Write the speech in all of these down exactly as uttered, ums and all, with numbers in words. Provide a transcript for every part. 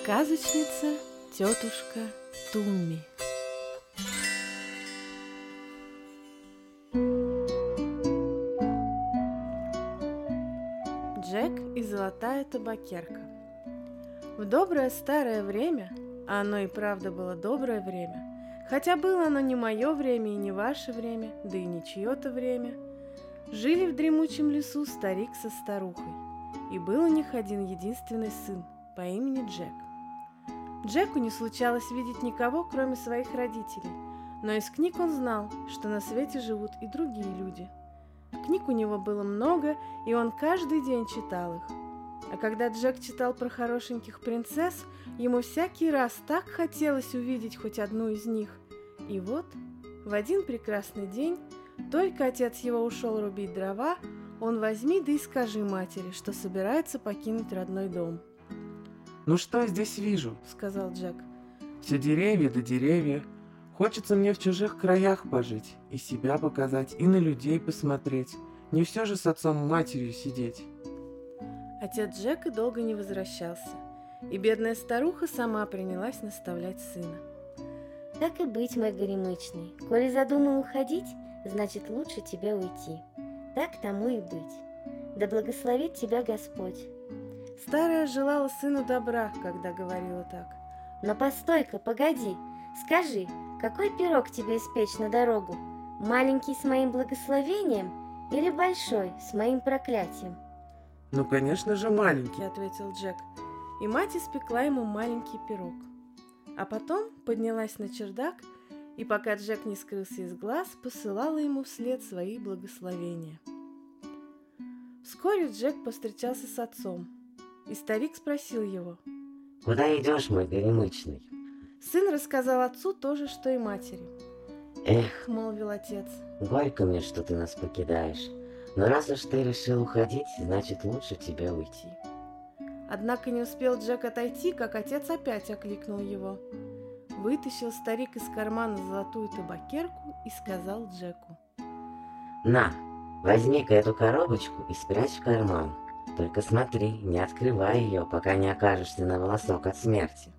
Сказочница тетушка Тумми. Джек и золотая табакерка. В доброе старое время, а оно и правда было доброе время, хотя было оно не мое время и не ваше время, да и не чье-то время, жили в дремучем лесу старик со старухой, и был у них один единственный сын по имени Джек. Джеку не случалось видеть никого, кроме своих родителей, но из книг он знал, что на свете живут и другие люди. Книг у него было много, и он каждый день читал их. А когда Джек читал про хорошеньких принцесс, ему всякий раз так хотелось увидеть хоть одну из них. И вот, в один прекрасный день, только отец его ушел рубить дрова, он возьми да и скажи матери, что собирается покинуть родной дом. «Ну что я здесь вижу?» — сказал Джек. «Все деревья да деревья. Хочется мне в чужих краях пожить, и себя показать, и на людей посмотреть. Не все же с отцом и матерью сидеть». Отец Джека долго не возвращался, и бедная старуха сама принялась наставлять сына. «Так и быть, мой горемычный. Коли задумал уходить, значит лучше тебе уйти. Так тому и быть. Да благословит тебя Господь». Старая желала сыну добра, когда говорила так. «Но постой-ка, погоди. Скажи, какой пирог тебе испечь на дорогу? Маленький с моим благословением или большой с моим проклятием?» «Ну, конечно же, маленький», — ответил Джек, и мать испекла ему маленький пирог. А потом поднялась на чердак, и пока Джек не скрылся из глаз, посылала ему вслед свои благословения. Вскоре Джек повстречался с отцом, и старик спросил его: «Куда идешь, мой горемычный?» Сын рассказал отцу то же, что и матери. «Эх, — молвил отец, — горько мне, что ты нас покидаешь. Но раз уж ты решил уходить, значит лучше тебе уйти». Однако не успел Джек отойти, как отец опять окликнул его. Вытащил старик из кармана золотую табакерку и сказал Джеку: «На, возьми-ка эту коробочку и спрячь в карман. Только смотри, не открывай ее, пока не окажешься на волосок от смерти».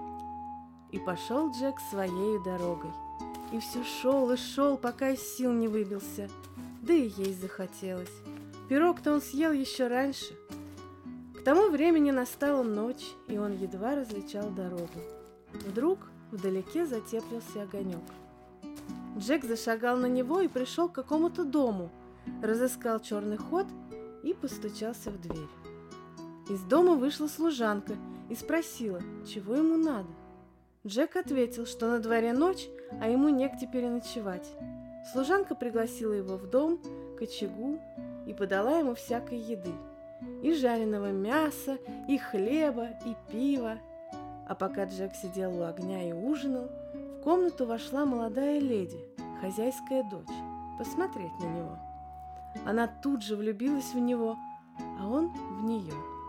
И пошел Джек своей дорогой. И все шел и шел, пока из сил не выбился. Да и есть захотелось. Пирог-то он съел еще раньше. К тому времени настала ночь, и он едва различал дорогу. Вдруг вдалеке затеплился огонек. Джек зашагал на него и пришел к какому-то дому, разыскал черный ход и постучался в дверь. Из дома вышла служанка и спросила, чего ему надо. Джек ответил, что на дворе ночь, а ему негде переночевать. Служанка пригласила его в дом, к очагу, и подала ему всякой еды. И жареного мяса, и хлеба, и пива. А пока Джек сидел у огня и ужинал, в комнату вошла молодая леди, хозяйская дочь, посмотреть на него. Она тут же влюбилась в него, а он в нее.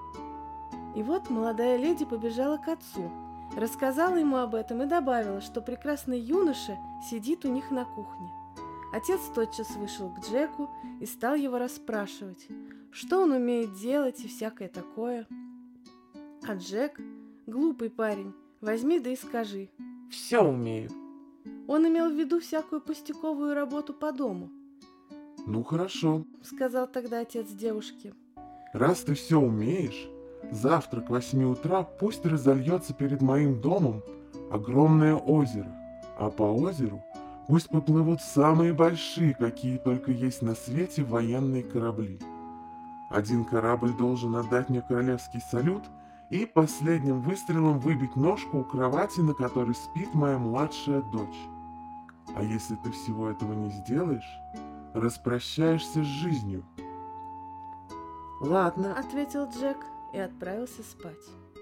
И вот молодая леди побежала к отцу, рассказала ему об этом и добавила, что прекрасный юноша сидит у них на кухне. Отец тотчас вышел к Джеку и стал его расспрашивать, что он умеет делать и всякое такое. А Джек, глупый парень, возьми да и скажи: «Все умею». Он имел в виду всякую пустяковую работу по дому. «Ну хорошо», — сказал тогда отец девушки. «Раз ты все умеешь, завтра к восьми утра пусть разольется перед моим домом огромное озеро, а по озеру пусть поплывут самые большие, какие только есть на свете, военные корабли. Один корабль должен отдать мне королевский салют и последним выстрелом выбить ножку у кровати, на которой спит моя младшая дочь. А если ты всего этого не сделаешь, распрощаешься с жизнью». «Ладно», — ответил Джек и отправился спать.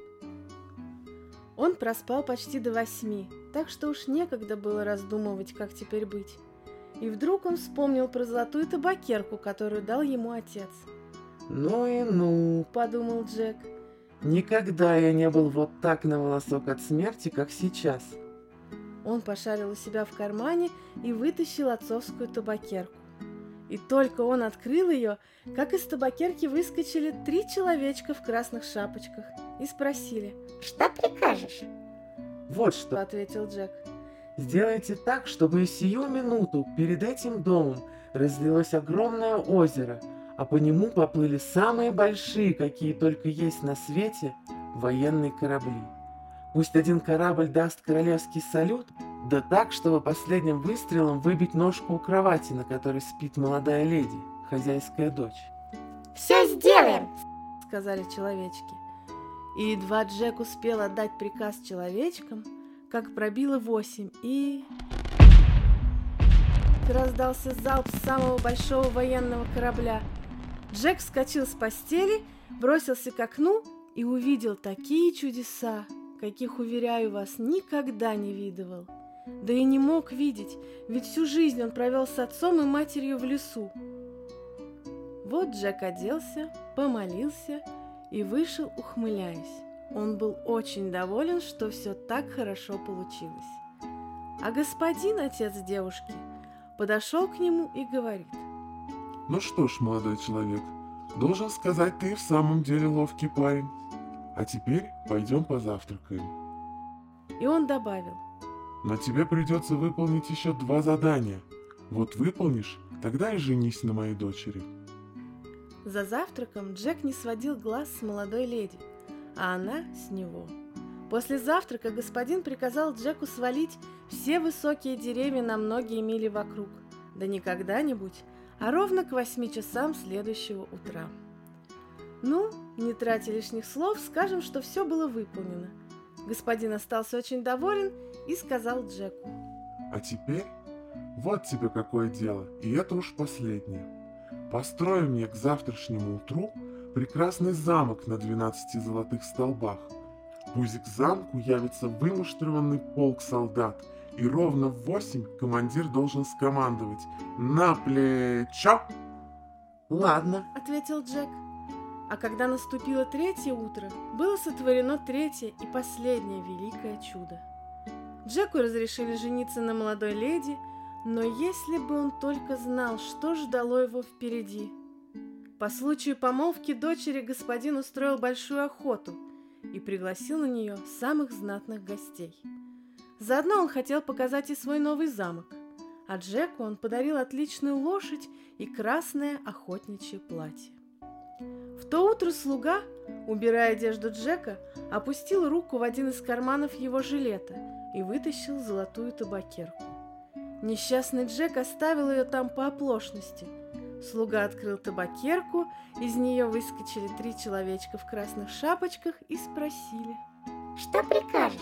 Он проспал почти до восьми, так что уж некогда было раздумывать, как теперь быть. И вдруг он вспомнил про золотую табакерку, которую дал ему отец. «Ну и ну», — подумал Джек. «Никогда я не был вот так на волосок от смерти, как сейчас». Он пошарил у себя в кармане и вытащил отцовскую табакерку. И только он открыл ее, как из табакерки выскочили три человечка в красных шапочках и спросили. Что прикажешь? Вот Что что. ответил Джек. Сделайте так, чтобы сию минуту перед этим домом разлилось огромное озеро, а по нему поплыли самые большие, какие только есть на свете, военные корабли. Пусть один корабль даст королевский салют, да так, чтобы последним выстрелом выбить ножку у кровати, на которой спит молодая леди, хозяйская дочь. Все сделаем! Сказали человечки. И едва Джек успел отдать приказ человечкам, как пробило восемь, и... раздался залп самого большого военного корабля. Джек вскочил с постели, бросился к окну и увидел такие чудеса, каких, уверяю вас, никогда не видывал. Да и не мог видеть, ведь всю жизнь он провел с отцом и матерью в лесу. Вот Джек оделся, помолился и вышел, ухмыляясь. Он был очень доволен, что все так хорошо получилось. А господин, отец девушки, подошел к нему и говорит. Ну что ж, молодой человек, должен сказать, ты в самом деле ловкий парень. А теперь пойдем позавтракаем. И он добавил. Но тебе придется выполнить еще два задания. Вот выполнишь, тогда и женись на моей дочери. За завтраком Джек не сводил глаз с молодой леди, а она с него. После завтрака господин приказал Джеку свалить все высокие деревья на многие мили вокруг, да не когда-нибудь, а ровно к восьми часам следующего утра. Ну, не тратя лишних слов, скажем, что все было выполнено. Господин остался очень доволен и сказал Джеку. А теперь вот тебе какое дело, и это уж последнее. Построй мне к завтрашнему утру прекрасный замок на двенадцати золотых столбах. Пусть к замку явится вымуштрованный полк солдат, и ровно в восемь командир должен скомандовать «На плечо!» Ладно. Ответил Джек. А когда наступило третье утро, было сотворено третье и последнее великое чудо. Джеку разрешили жениться на молодой леди, но если бы он только знал, что ждало его впереди. По случаю помолвки дочери господин устроил большую охоту и пригласил на нее самых знатных гостей. Заодно он хотел показать и свой новый замок, а Джеку он подарил отличную лошадь и красное охотничье платье. В то утро слуга, убирая одежду Джека, опустил руку в один из карманов его жилета и вытащил золотую табакерку. Несчастный Джек оставил ее там по оплошности. Слуга открыл табакерку, из нее выскочили три человечка в красных шапочках и спросили. Что прикажешь?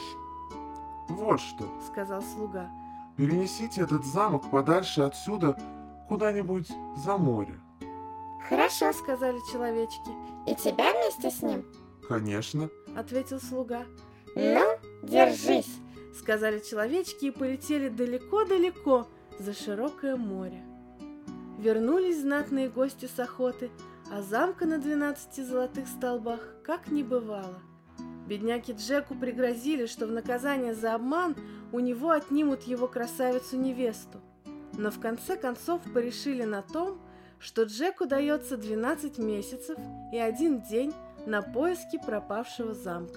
Вот что, Сказал слуга. перенесите этот замок подальше отсюда куда-нибудь за море. Хорошо, Сказали человечки. и тебя вместе с ним? Конечно. Ответил слуга. Ну, держись. Сказали человечки и полетели далеко-далеко за широкое море. Вернулись знатные гости с охоты, а замка на двенадцати золотых столбах как не бывало. Бедняке Джеку пригрозили, что в наказание за обман у него отнимут его красавицу-невесту. Но в конце концов порешили на том, что Джеку дается двенадцать месяцев и один день на поиски пропавшего замка.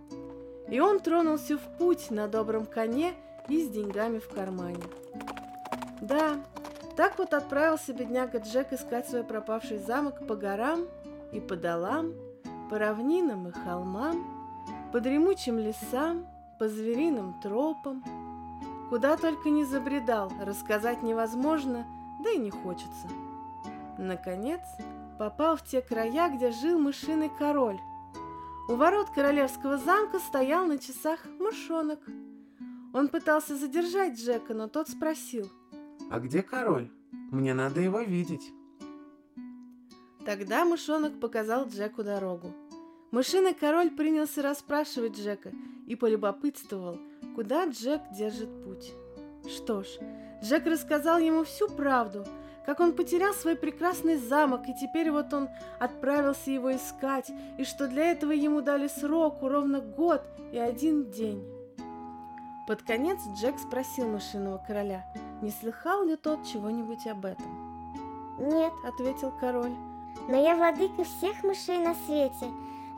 И он тронулся в путь на добром коне и с деньгами в кармане. Да, так вот отправился бедняга Джек искать свой пропавший замок по горам и по долам, по равнинам и холмам, по дремучим лесам, по звериным тропам. Куда только не забредал, рассказать невозможно, да и не хочется. Наконец, попал в те края, где жил мышиный король. У ворот королевского замка стоял на часах мышонок. Он пытался задержать Джека, но тот спросил. А где король? Мне надо его видеть. Тогда мышонок показал Джеку дорогу. Мышиный король принялся расспрашивать Джека и полюбопытствовал, куда Джек держит путь. Что ж, Джек рассказал ему всю правду, как он потерял свой прекрасный замок, и теперь вот он отправился его искать, и что для этого ему дали срок ровно год и один день. Под конец Джек спросил мышиного короля, не слыхал ли тот чего-нибудь об этом. Нет, Ответил король. но я владыка всех мышей на свете.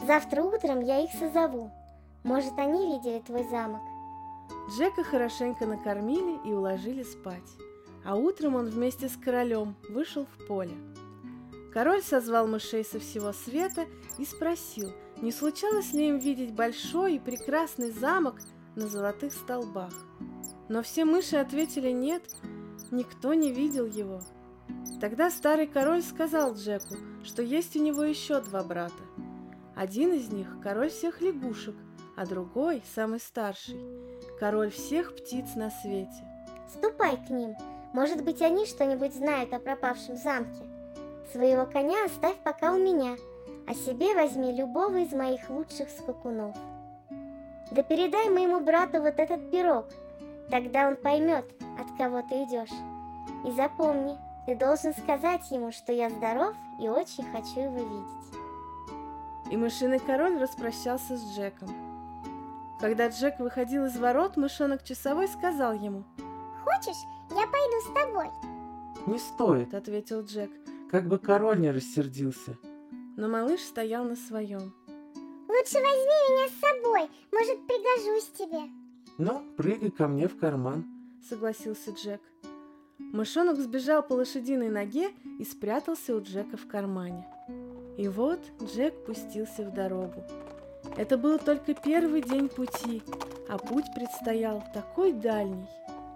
Завтра утром я их созову. Может, они видели твой замок. Джека хорошенько накормили и уложили спать, а утром он вместе с королем вышел в поле. Король созвал мышей со всего света и спросил, не случалось ли им видеть большой и прекрасный замок на золотых столбах. Но все мыши ответили нет, никто не видел его. Тогда старый король сказал Джеку, что есть у него еще два брата. Один из них – король всех лягушек, а другой, самый старший, король всех птиц на свете. Ступай к ним, может быть, они что-нибудь знают о пропавшем замке. Своего коня оставь пока у меня, а себе возьми любого из моих лучших скакунов. Да передай моему брату вот этот пирог, тогда он поймет, от кого ты идешь. И запомни, ты должен сказать ему, что я здоров и очень хочу его видеть. И мышиный король распрощался с Джеком. Когда Джек выходил из ворот, мышонок часовой сказал ему: «Хочешь, я пойду с тобой?» «Не стоит», — ответил Джек, как бы король не рассердился. но малыш стоял на своем. «Лучше возьми меня с собой, может, пригожусь тебе». «Ну, прыгай ко мне в карман». Согласился Джек. Мышонок сбежал по лошадиной ноге и спрятался у Джека в кармане. И вот Джек пустился в дорогу. Это был только первый день пути, а путь предстоял такой дальний.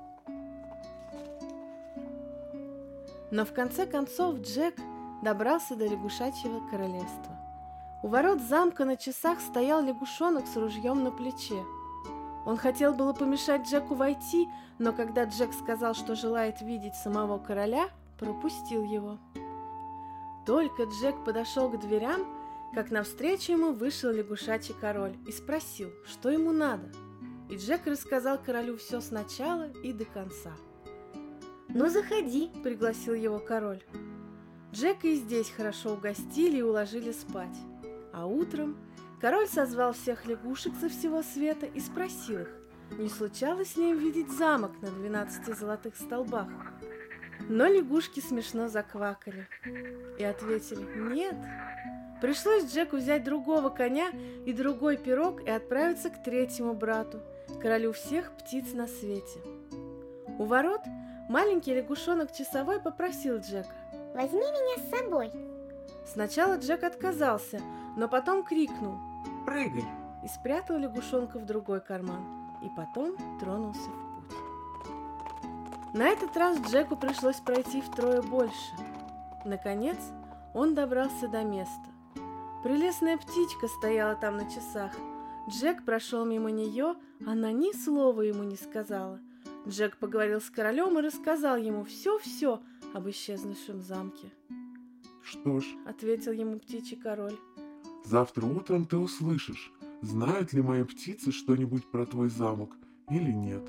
Но в конце концов Джек добрался до лягушачьего королевства. У ворот замка на часах стоял лягушонок с ружьем на плече. Он хотел было помешать Джеку войти, но когда Джек сказал, что желает видеть самого короля, пропустил его. Только Джек подошел к дверям, как навстречу ему вышел лягушачий король и спросил, что ему надо. И Джек рассказал королю все сначала и до конца. «Ну, заходи», — пригласил его король. Джека и здесь хорошо угостили и уложили спать. А утром король созвал всех лягушек со всего света и спросил их, не случалось ли им видеть замок на двенадцати золотых столбах. Но лягушки смешно заквакали и ответили «нет». Пришлось Джеку взять другого коня и другой пирог и отправиться к третьему брату, королю всех птиц на свете. У ворот маленький лягушонок-часовой попросил Джека: «Возьми меня с собой». Сначала Джек отказался, но потом крикнул «Прыгай!» и спрятал лягушонка в другой карман, и потом тронулся в путь. На этот раз Джеку пришлось пройти втрое больше. Наконец он добрался до места. Прелестная птичка стояла там на часах. Джек прошел мимо нее, она ни слова ему не сказала. Джек поговорил с королем и рассказал ему все-все об исчезнувшем замке. Что ж, Ответил ему птичий король. завтра утром ты услышишь, знают ли мои птицы что-нибудь про твой замок или нет.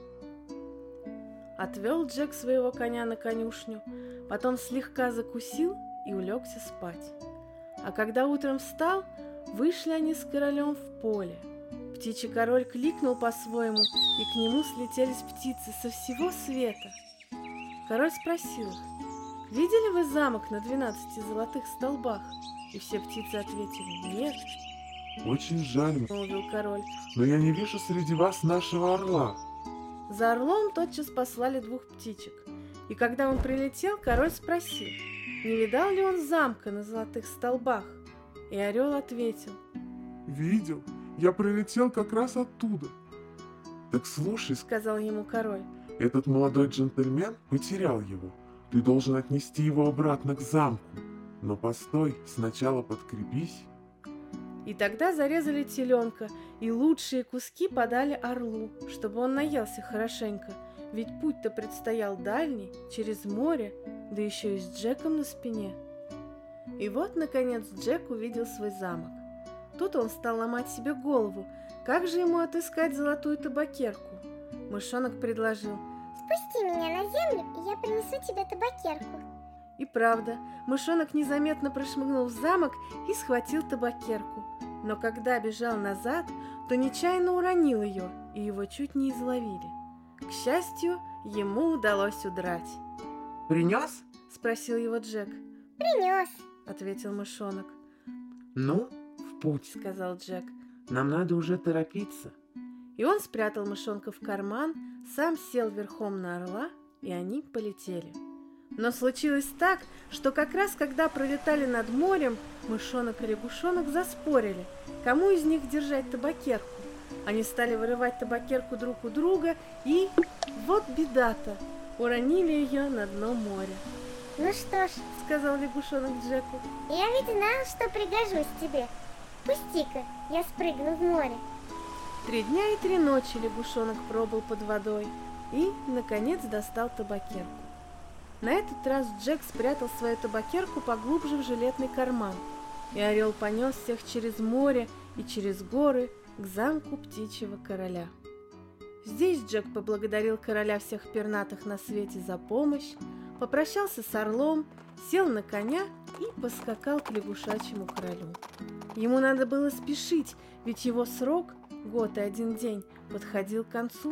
Отвел Джек своего коня на конюшню, потом слегка закусил и улегся спать. А когда утром встал, вышли они с королем в поле. Птичий король кликнул по-своему, и к нему слетелись птицы со всего света. Король спросил их: «Видели вы замок на двенадцати золотых столбах?» И все птицы ответили: «Нет», Очень жаль, — молвил король. но я не вижу среди вас нашего орла. За орлом тотчас послали двух птичек. И когда он прилетел, король спросил, не видал ли он замка на золотых столбах? И орел ответил: Видел, я прилетел как раз оттуда. Так слушай, сказал ему король. этот молодой джентльмен потерял его. Ты должен отнести его обратно к замку. Но постой, сначала подкрепись. И тогда зарезали теленка, и лучшие куски подали орлу, чтобы он наелся хорошенько, ведь путь-то предстоял дальний, через море, да еще и с Джеком на спине. И вот, наконец, Джек увидел свой замок. Тут он стал ломать себе голову, как же ему отыскать золотую табакерку. Мышонок предложил. «Спусти меня на землю, и я принесу тебе табакерку». И правда, мышонок незаметно прошмыгнул в замок и схватил табакерку. Но когда бежал назад, то нечаянно уронил ее, и его чуть не изловили. К счастью, ему удалось удрать. «Принес?» — спросил его Джек. «Принес». — ответил мышонок. «Ну, путь», — сказал Джек. «нам надо уже торопиться». И он спрятал мышонка в карман, сам сел верхом на орла, и они полетели. Но случилось так, что как раз когда пролетали над морем, мышонок и лягушонок заспорили, кому из них держать табакерку. Они стали вырывать табакерку друг у друга, и вот беда-то, уронили ее на дно моря. Ну что ж, — сказал лягушонок Джеку. я ведь знал, что пригожусь тебе. Пусти-ка, я спрыгну в море. Три дня и три ночи лягушонок пробыл под водой и, наконец, достал табакерку. На этот раз Джек спрятал свою табакерку поглубже в жилетный карман, и орел понес всех через море и через горы к замку птичьего короля. Здесь Джек поблагодарил короля всех пернатых на свете за помощь, попрощался с орлом, сел на коня и поскакал к лягушачьему королю. Ему надо было спешить, ведь его срок, год и один день, подходил к концу.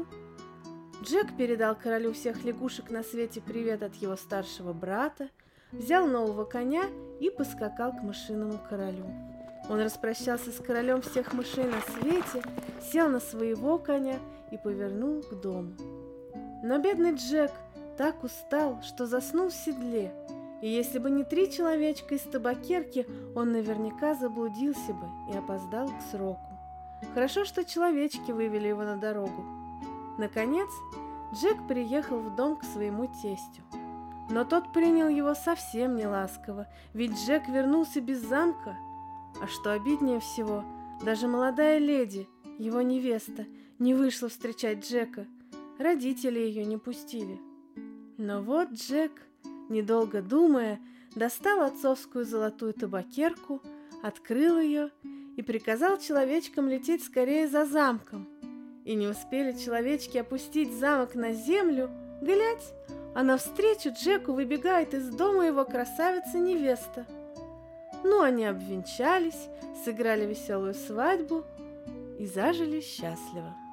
Джек передал королю всех лягушек на свете привет от его старшего брата, взял нового коня и поскакал к мышиному королю. Он распрощался с королем всех мышей на свете, сел на своего коня и повернул к дому. Но бедный Джек так устал, что заснул в седле, и если бы не три человечка из табакерки, он наверняка заблудился бы и опоздал к сроку. Хорошо, что человечки вывели его на дорогу. Наконец, Джек приехал в дом к своему тестю. Но тот принял его совсем не ласково, ведь Джек вернулся без замка. А что обиднее всего, даже молодая леди, его невеста, не вышла встречать Джека. Родители ее не пустили. Но вот Джек, недолго думая, достал отцовскую золотую табакерку, открыл ее и приказал человечкам лететь скорее за замком. И не успели человечки опустить замок на землю, глядь, а навстречу Джеку выбегает из дома его красавица-невеста. Ну, они обвенчались, сыграли веселую свадьбу и зажили счастливо.